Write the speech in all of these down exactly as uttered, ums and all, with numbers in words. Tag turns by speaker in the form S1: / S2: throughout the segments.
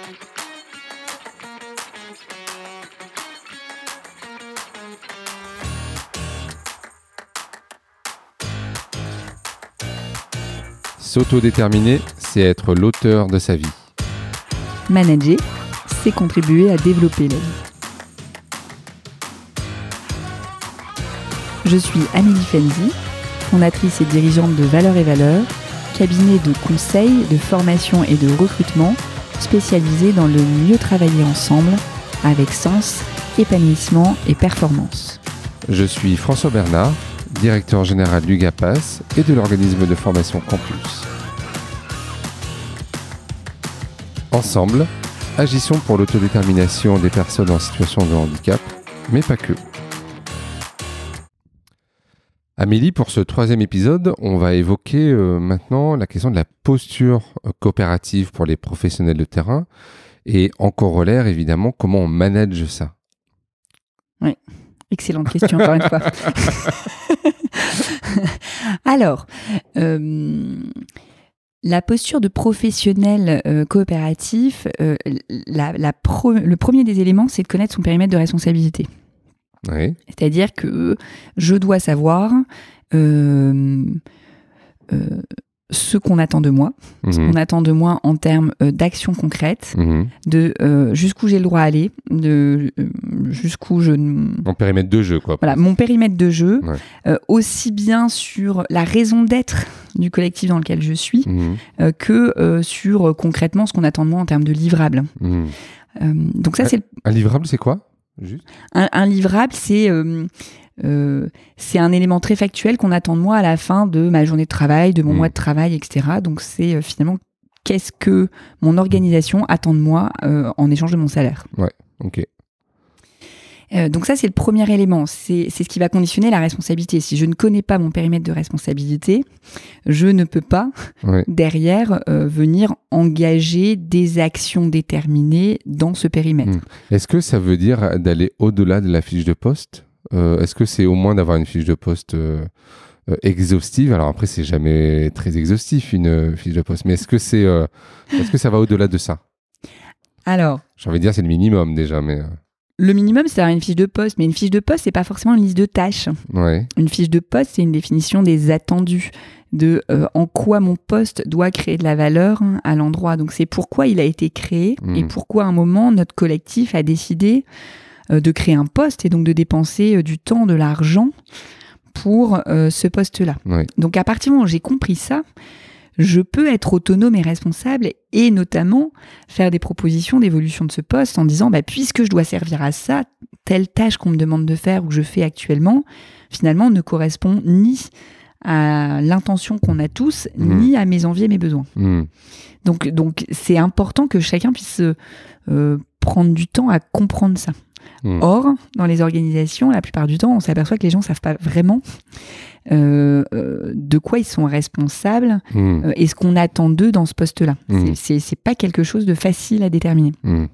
S1: S'autodéterminer, c'est être l'auteur de sa vie.
S2: Manager, c'est contribuer à développer la vie. Je suis Amélie Fenzi, fondatrice et dirigeante de Valeurs et Valeurs, cabinet de conseil, de formation et de recrutement spécialisé dans le mieux travailler ensemble avec sens, épanouissement et performance.
S1: Je suis François Bernard, directeur général du GAPAS et de l'organisme de formation Campus. Ensemble, agissons pour l'autodétermination des personnes en situation de handicap, mais pas que. Amélie, pour ce troisième épisode, on va évoquer euh, maintenant la question de la posture euh, coopérative pour les professionnels de terrain et en corollaire, évidemment, comment on manage ça.
S2: Oui, excellente question encore une fois. Alors, euh, la posture de professionnel euh, coopératif, euh, la, la pro- le premier des éléments, c'est de connaître son périmètre de responsabilité.
S1: Oui.
S2: C'est-à-dire que je dois savoir euh, euh, ce qu'on attend de moi, mmh. ce qu'on attend de moi en termes euh, d'actions concrètes, mmh. de euh, jusqu'où j'ai le droit d'aller, de euh, jusqu'où je...
S1: Mon périmètre de jeu, quoi.
S2: Voilà, mon périmètre de jeu,
S1: ouais. euh,
S2: aussi bien sur la raison d'être du collectif dans lequel je suis, mmh. euh, que euh, sur euh, concrètement ce qu'on attend de moi en termes de livrables. Mmh. Euh, donc ça,
S1: un,
S2: c'est le...
S1: un livrable, c'est quoi ? Juste.
S2: Un, un livrable, c'est, euh, euh, c'est un élément très factuel qu'on attend de moi à la fin de ma journée de travail, de mon mmh. mois de travail, et cetera. Donc, c'est euh, finalement qu'est-ce que mon organisation attend de moi euh, en échange de mon salaire.
S1: Ouais, ok.
S2: Euh, donc ça, c'est le premier élément. C'est, c'est ce qui va conditionner la responsabilité. Si je ne connais pas mon périmètre de responsabilité, je ne peux pas, ouais. derrière, euh, venir engager des actions déterminées dans ce périmètre.
S1: Mmh. Est-ce que ça veut dire d'aller au-delà de la fiche de poste ? euh, Est-ce que c'est au moins d'avoir une fiche de poste euh, euh, exhaustive ? Alors après, c'est jamais très exhaustif, une euh, fiche de poste. Mais est-ce que, c'est, euh, est-ce que ça va au-delà de ça ?
S2: Alors,
S1: j'ai envie de dire c'est le minimum déjà, mais... Euh...
S2: Le minimum, c'est d'avoir une fiche de poste, mais une fiche de poste, c'est pas forcément une liste de tâches.
S1: Ouais.
S2: Une fiche de poste, c'est une définition des attendus, de euh, en quoi mon poste doit créer de la valeur à l'endroit. Donc, c'est pourquoi il a été créé mmh. et pourquoi à un moment, notre collectif a décidé euh, de créer un poste et donc de dépenser euh, du temps, de l'argent pour euh, ce poste-là.
S1: Ouais.
S2: Donc, à partir du moment où j'ai compris ça, je peux être autonome et responsable et notamment faire des propositions d'évolution de ce poste en disant bah, puisque je dois servir à ça, telle tâche qu'on me demande de faire ou que je fais actuellement, finalement ne correspond ni à l'intention qu'on a tous, mmh. ni à mes envies et mes besoins. Mmh. Donc, donc c'est important que chacun puisse euh, prendre du temps à comprendre ça. Mmh. Or, dans les organisations, la plupart du temps, on s'aperçoit que les gens ne savent pas vraiment euh, euh, de quoi ils sont responsables mmh. euh, et ce qu'on attend d'eux dans ce poste-là. Mmh. C'est, c'est, c'est pas quelque chose de facile à déterminer. Mmh.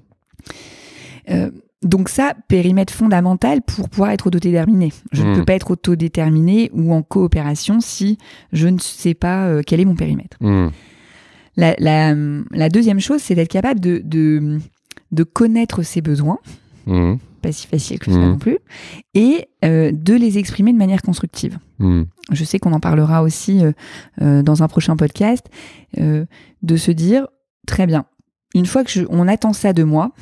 S2: Euh, donc ça, périmètre fondamental pour pouvoir être autodéterminé. Je mmh. ne peux pas être autodéterminé ou en coopération si je ne sais pas euh, quel est mon périmètre. Mmh. La, la, la deuxième chose, c'est d'être capable de, de, de connaître ses besoins. Mmh. Pas si facile que ça mmh. non plus, et euh, de les exprimer de manière constructive. Mmh. Je sais qu'on en parlera aussi euh, euh, dans un prochain podcast, euh, de se dire, très bien, une fois que je, on attend ça de moi,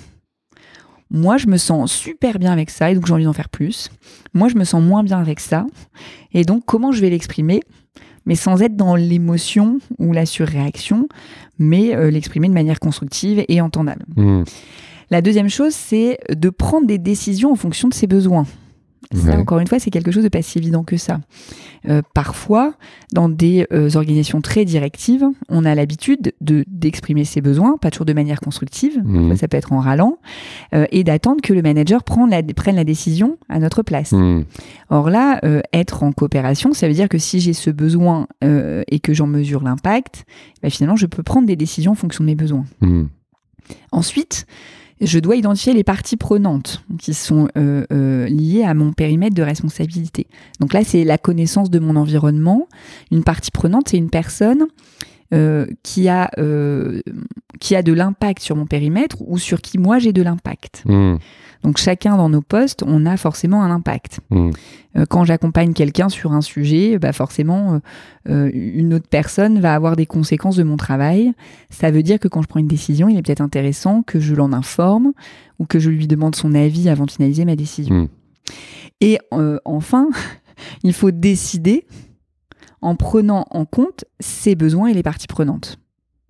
S2: moi je me sens super bien avec ça, et donc j'ai envie d'en faire plus. Moi je me sens moins bien avec ça, et donc comment je vais l'exprimer ? Mais sans être dans l'émotion ou la surréaction, mais euh, l'exprimer de manière constructive et entendable. Mmh. La deuxième chose, c'est de prendre des décisions en fonction de ses besoins. Ça, ouais. encore une fois, c'est quelque chose de pas si évident que ça. Euh, parfois, dans des euh, organisations très directives, on a l'habitude de, d'exprimer ses besoins, pas toujours de manière constructive, mmh. ça peut être en râlant, euh, et d'attendre que le manager prenne la, prenne la décision à notre place. Mmh. Or là, euh, être en coopération, ça veut dire que si j'ai ce besoin euh, et que j'en mesure l'impact, bah, finalement, je peux prendre des décisions en fonction de mes besoins. Mmh. Ensuite, je dois identifier les parties prenantes qui sont euh, euh, liées à mon périmètre de responsabilité. Donc là, c'est la connaissance de mon environnement. Une partie prenante, c'est une personne euh, qui a euh, qui a de l'impact sur mon périmètre ou sur qui moi j'ai de l'impact.
S1: Mmh.
S2: Donc chacun dans nos postes, on a forcément un impact.
S1: Mmh.
S2: Euh, quand j'accompagne quelqu'un sur un sujet, bah forcément, euh, une autre personne va avoir des conséquences de mon travail. Ça veut dire que quand je prends une décision, il est peut-être intéressant que je l'en informe ou que je lui demande son avis avant de finaliser ma décision.
S1: Mmh. Et
S2: euh, enfin, il faut décider en prenant en compte ses besoins et les parties prenantes.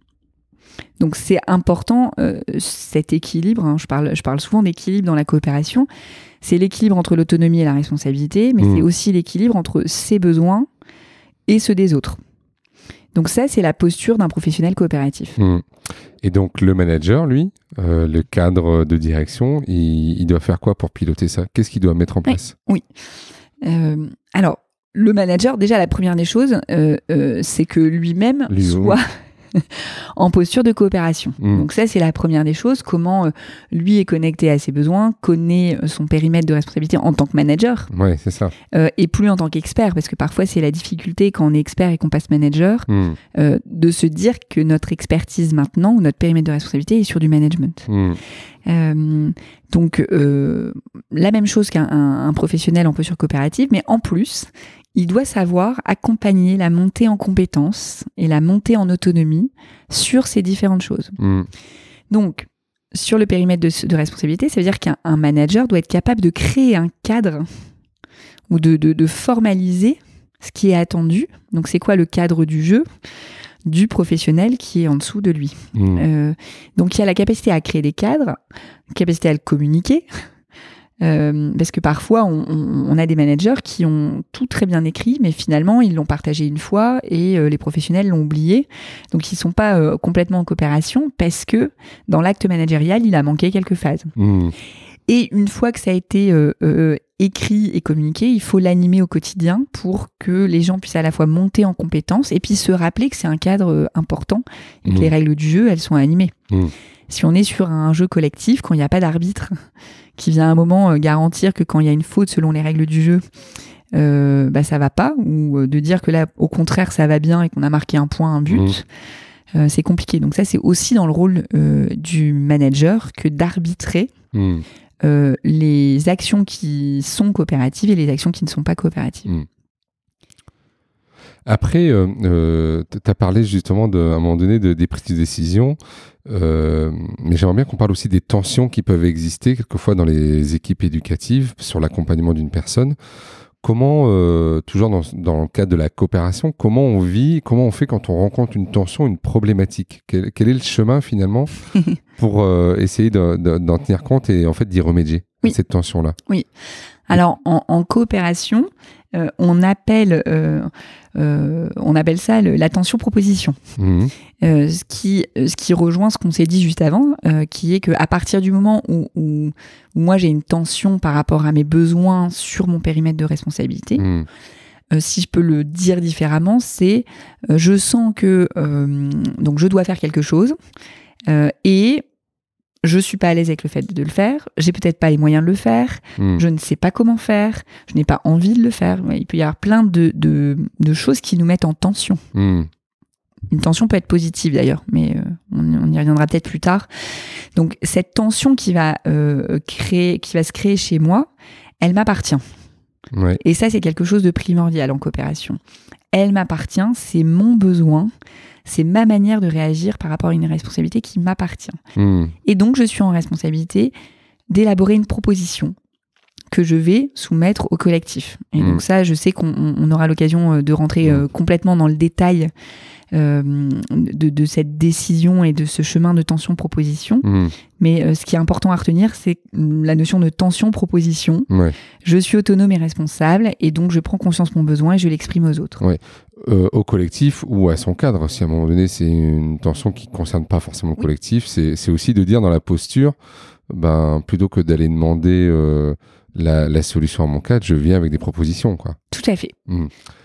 S2: Donc c'est important, euh, cet équilibre, hein, je parle, je parle souvent d'équilibre dans la coopération, c'est l'équilibre entre l'autonomie et la responsabilité, mais mmh. c'est aussi l'équilibre entre ses besoins et ceux des autres. Donc ça, c'est la posture d'un professionnel coopératif.
S1: Mmh. Et donc le manager, lui, euh, le cadre de direction, il, il doit faire quoi pour piloter ça ? Qu'est-ce qu'il doit mettre en place ?
S2: Oui. oui. Euh, alors, le manager, déjà, la première des choses, euh, euh, c'est que lui-même lui, soit... Oui. en posture de coopération. Mmh. Donc ça, c'est la première des choses. Comment euh, lui est connecté à ses besoins, connaît son périmètre de responsabilité en tant que manager.
S1: Ouais, c'est ça.
S2: Euh, et plus en tant qu'expert, parce que parfois, c'est la difficulté quand on est expert et qu'on passe manager, mmh. euh, de se dire que notre expertise maintenant, ou notre périmètre de responsabilité est sur du management. Mmh. Euh, donc, euh, la même chose qu'un un, un professionnel en posture coopérative, mais en plus, il doit savoir accompagner la montée en compétences et la montée en autonomie sur ces différentes choses. Mmh. Donc, sur le périmètre de, de responsabilité, ça veut dire qu'un manager doit être capable de créer un cadre ou de, de, de formaliser ce qui est attendu. Donc, c'est quoi le cadre du jeu du professionnel qui est en dessous de lui. Mmh. Euh, donc, il y a la capacité à créer des cadres, la capacité à le communiquer. Euh, parce que parfois, on, on, on a des managers qui ont tout très bien écrit, mais finalement, ils l'ont partagé une fois et euh, les professionnels l'ont oublié. Donc, ils ne sont pas euh, complètement en coopération parce que dans l'acte managérial, il a manqué quelques phases. Mmh. Et une fois que ça a été euh, euh, écrit et communiqué, il faut l'animer au quotidien pour que les gens puissent à la fois monter en compétences et puis se rappeler que c'est un cadre euh, important et que mmh. les règles du jeu, elles sont animées. Mmh. Si on est sur un jeu collectif, quand il n'y a pas d'arbitre qui vient à un moment euh, garantir que quand il y a une faute selon les règles du jeu, euh, bah, ça va pas, ou de dire que là, au contraire, ça va bien et qu'on a marqué un point, un but, mmh. euh, c'est compliqué. Donc ça, c'est aussi dans le rôle euh, du manager que d'arbitrer mmh. euh, les actions qui sont coopératives et les actions qui ne sont pas coopératives. Mmh.
S1: Après, euh, euh, tu as parlé justement de, à un moment donné de, des prises de décision, euh, mais j'aimerais bien qu'on parle aussi des tensions qui peuvent exister quelquefois dans les équipes éducatives sur l'accompagnement d'une personne. Comment, euh, toujours dans, dans le cadre de la coopération, comment on vit, comment on fait quand on rencontre une tension, une problématique ? Quel, quel est le chemin finalement pour euh, essayer de, de, d'en tenir compte et en fait d'y remédier,
S2: oui.
S1: à cette tension-là ?
S2: Oui. Alors, en, en coopération, euh, on appelle, euh, euh, on appelle ça le, la tension-proposition. Mmh. Euh, ce qui, ce qui rejoint ce qu'on s'est dit juste avant, euh, qui est qu'à partir du moment où, où, où moi j'ai une tension par rapport à mes besoins sur mon périmètre de responsabilité, mmh. euh, si je peux le dire différemment, c'est euh, je sens que euh, donc je dois faire quelque chose euh, et je suis pas à l'aise avec le fait de le faire, j'ai peut-être pas les moyens de le faire, mmh. je ne sais pas comment faire, je n'ai pas envie de le faire. Il peut y avoir plein de, de, de choses qui nous mettent en tension. Mmh. Une tension peut être positive d'ailleurs, mais euh, on, on y reviendra peut-être plus tard. Donc cette tension qui va, euh, créer, qui va se créer chez moi, elle m'appartient. Ouais. Et ça, c'est quelque chose de primordial en coopération. Elle m'appartient, c'est mon besoin, c'est ma manière de réagir par rapport à une responsabilité qui m'appartient. Mmh. Et donc, je suis en responsabilité d'élaborer une proposition que je vais soumettre au collectif. Et mmh. donc ça, je sais qu'on on aura l'occasion de rentrer euh, complètement dans le détail euh, de, de cette décision et de ce chemin de tension-proposition. Mmh. Mais euh, ce qui est important à retenir, c'est la notion de tension-proposition. Ouais. Je suis autonome et responsable, et donc je prends conscience de mon besoin et je l'exprime aux autres.
S1: Ouais. Euh, au collectif ou à son cadre, si à un moment donné c'est une tension qui ne concerne pas forcément le collectif, c'est, c'est aussi de dire dans la posture, ben, plutôt que d'aller demander euh, la, la solution à mon cadre, je viens avec des propositions, quoi.
S2: Tout à fait.
S1: Mmh.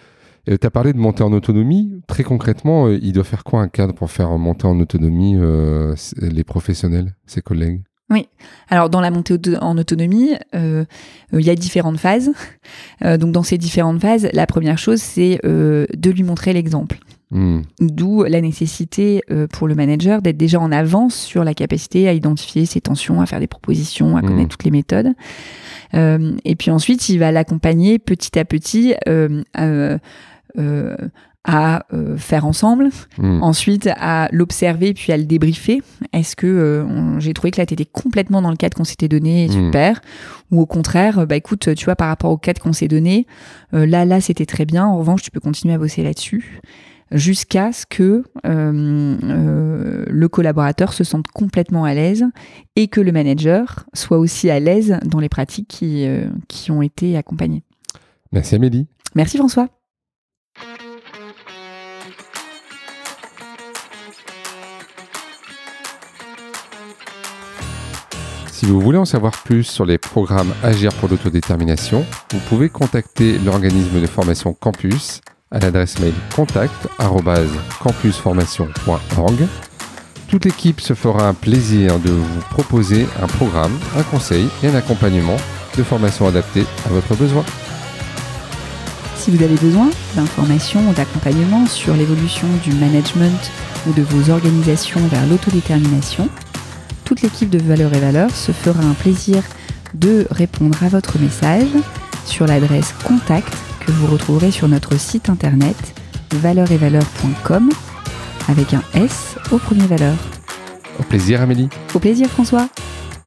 S1: Tu as parlé de monter en autonomie. Très concrètement, euh, il doit faire quoi un cadre pour faire monter en autonomie euh, les professionnels, ses collègues ?
S2: Oui. Alors, dans la montée en autonomie, euh, il y a différentes phases. Euh, donc, dans ces différentes phases, la première chose, c'est euh, de lui montrer l'exemple. Mmh. D'où la nécessité euh, pour le manager d'être déjà en avance sur la capacité à identifier ses tensions, à faire des propositions, à mmh. connaître toutes les méthodes. Euh, et puis ensuite, il va l'accompagner petit à petit euh, euh, euh, à euh, faire ensemble, mmh. ensuite à l'observer puis à le débriefer. Est-ce que euh, on, j'ai trouvé que là, tu étais complètement dans le cadre qu'on s'était donné, super, mmh. ou au contraire, bah écoute, tu vois, par rapport au cadre qu'on s'est donné, euh, là, là, c'était très bien, en revanche, tu peux continuer à bosser là-dessus. Jusqu'à ce que euh, euh, le collaborateur se sente complètement à l'aise et que le manager soit aussi à l'aise dans les pratiques qui, euh, qui ont été accompagnées.
S1: Merci Amélie.
S2: Merci François.
S1: Si vous voulez en savoir plus sur les programmes Agir pour l'autodétermination, vous pouvez contacter l'organisme de formation Campus à l'adresse mail contact arobase campus formation point org. Toute l'équipe se fera un plaisir de vous proposer un programme, un conseil et un accompagnement de formation adapté à votre besoin.
S2: Si vous avez besoin d'informations ou d'accompagnement sur l'évolution du management ou de vos organisations vers l'autodétermination, toute l'équipe de Valeurs et Valeurs se fera un plaisir de répondre à votre message sur l'adresse contact que vous retrouverez sur notre site internet valeurs et valeurs point com avec un S au premier valeur.
S1: Au plaisir Amélie.
S2: Au plaisir François.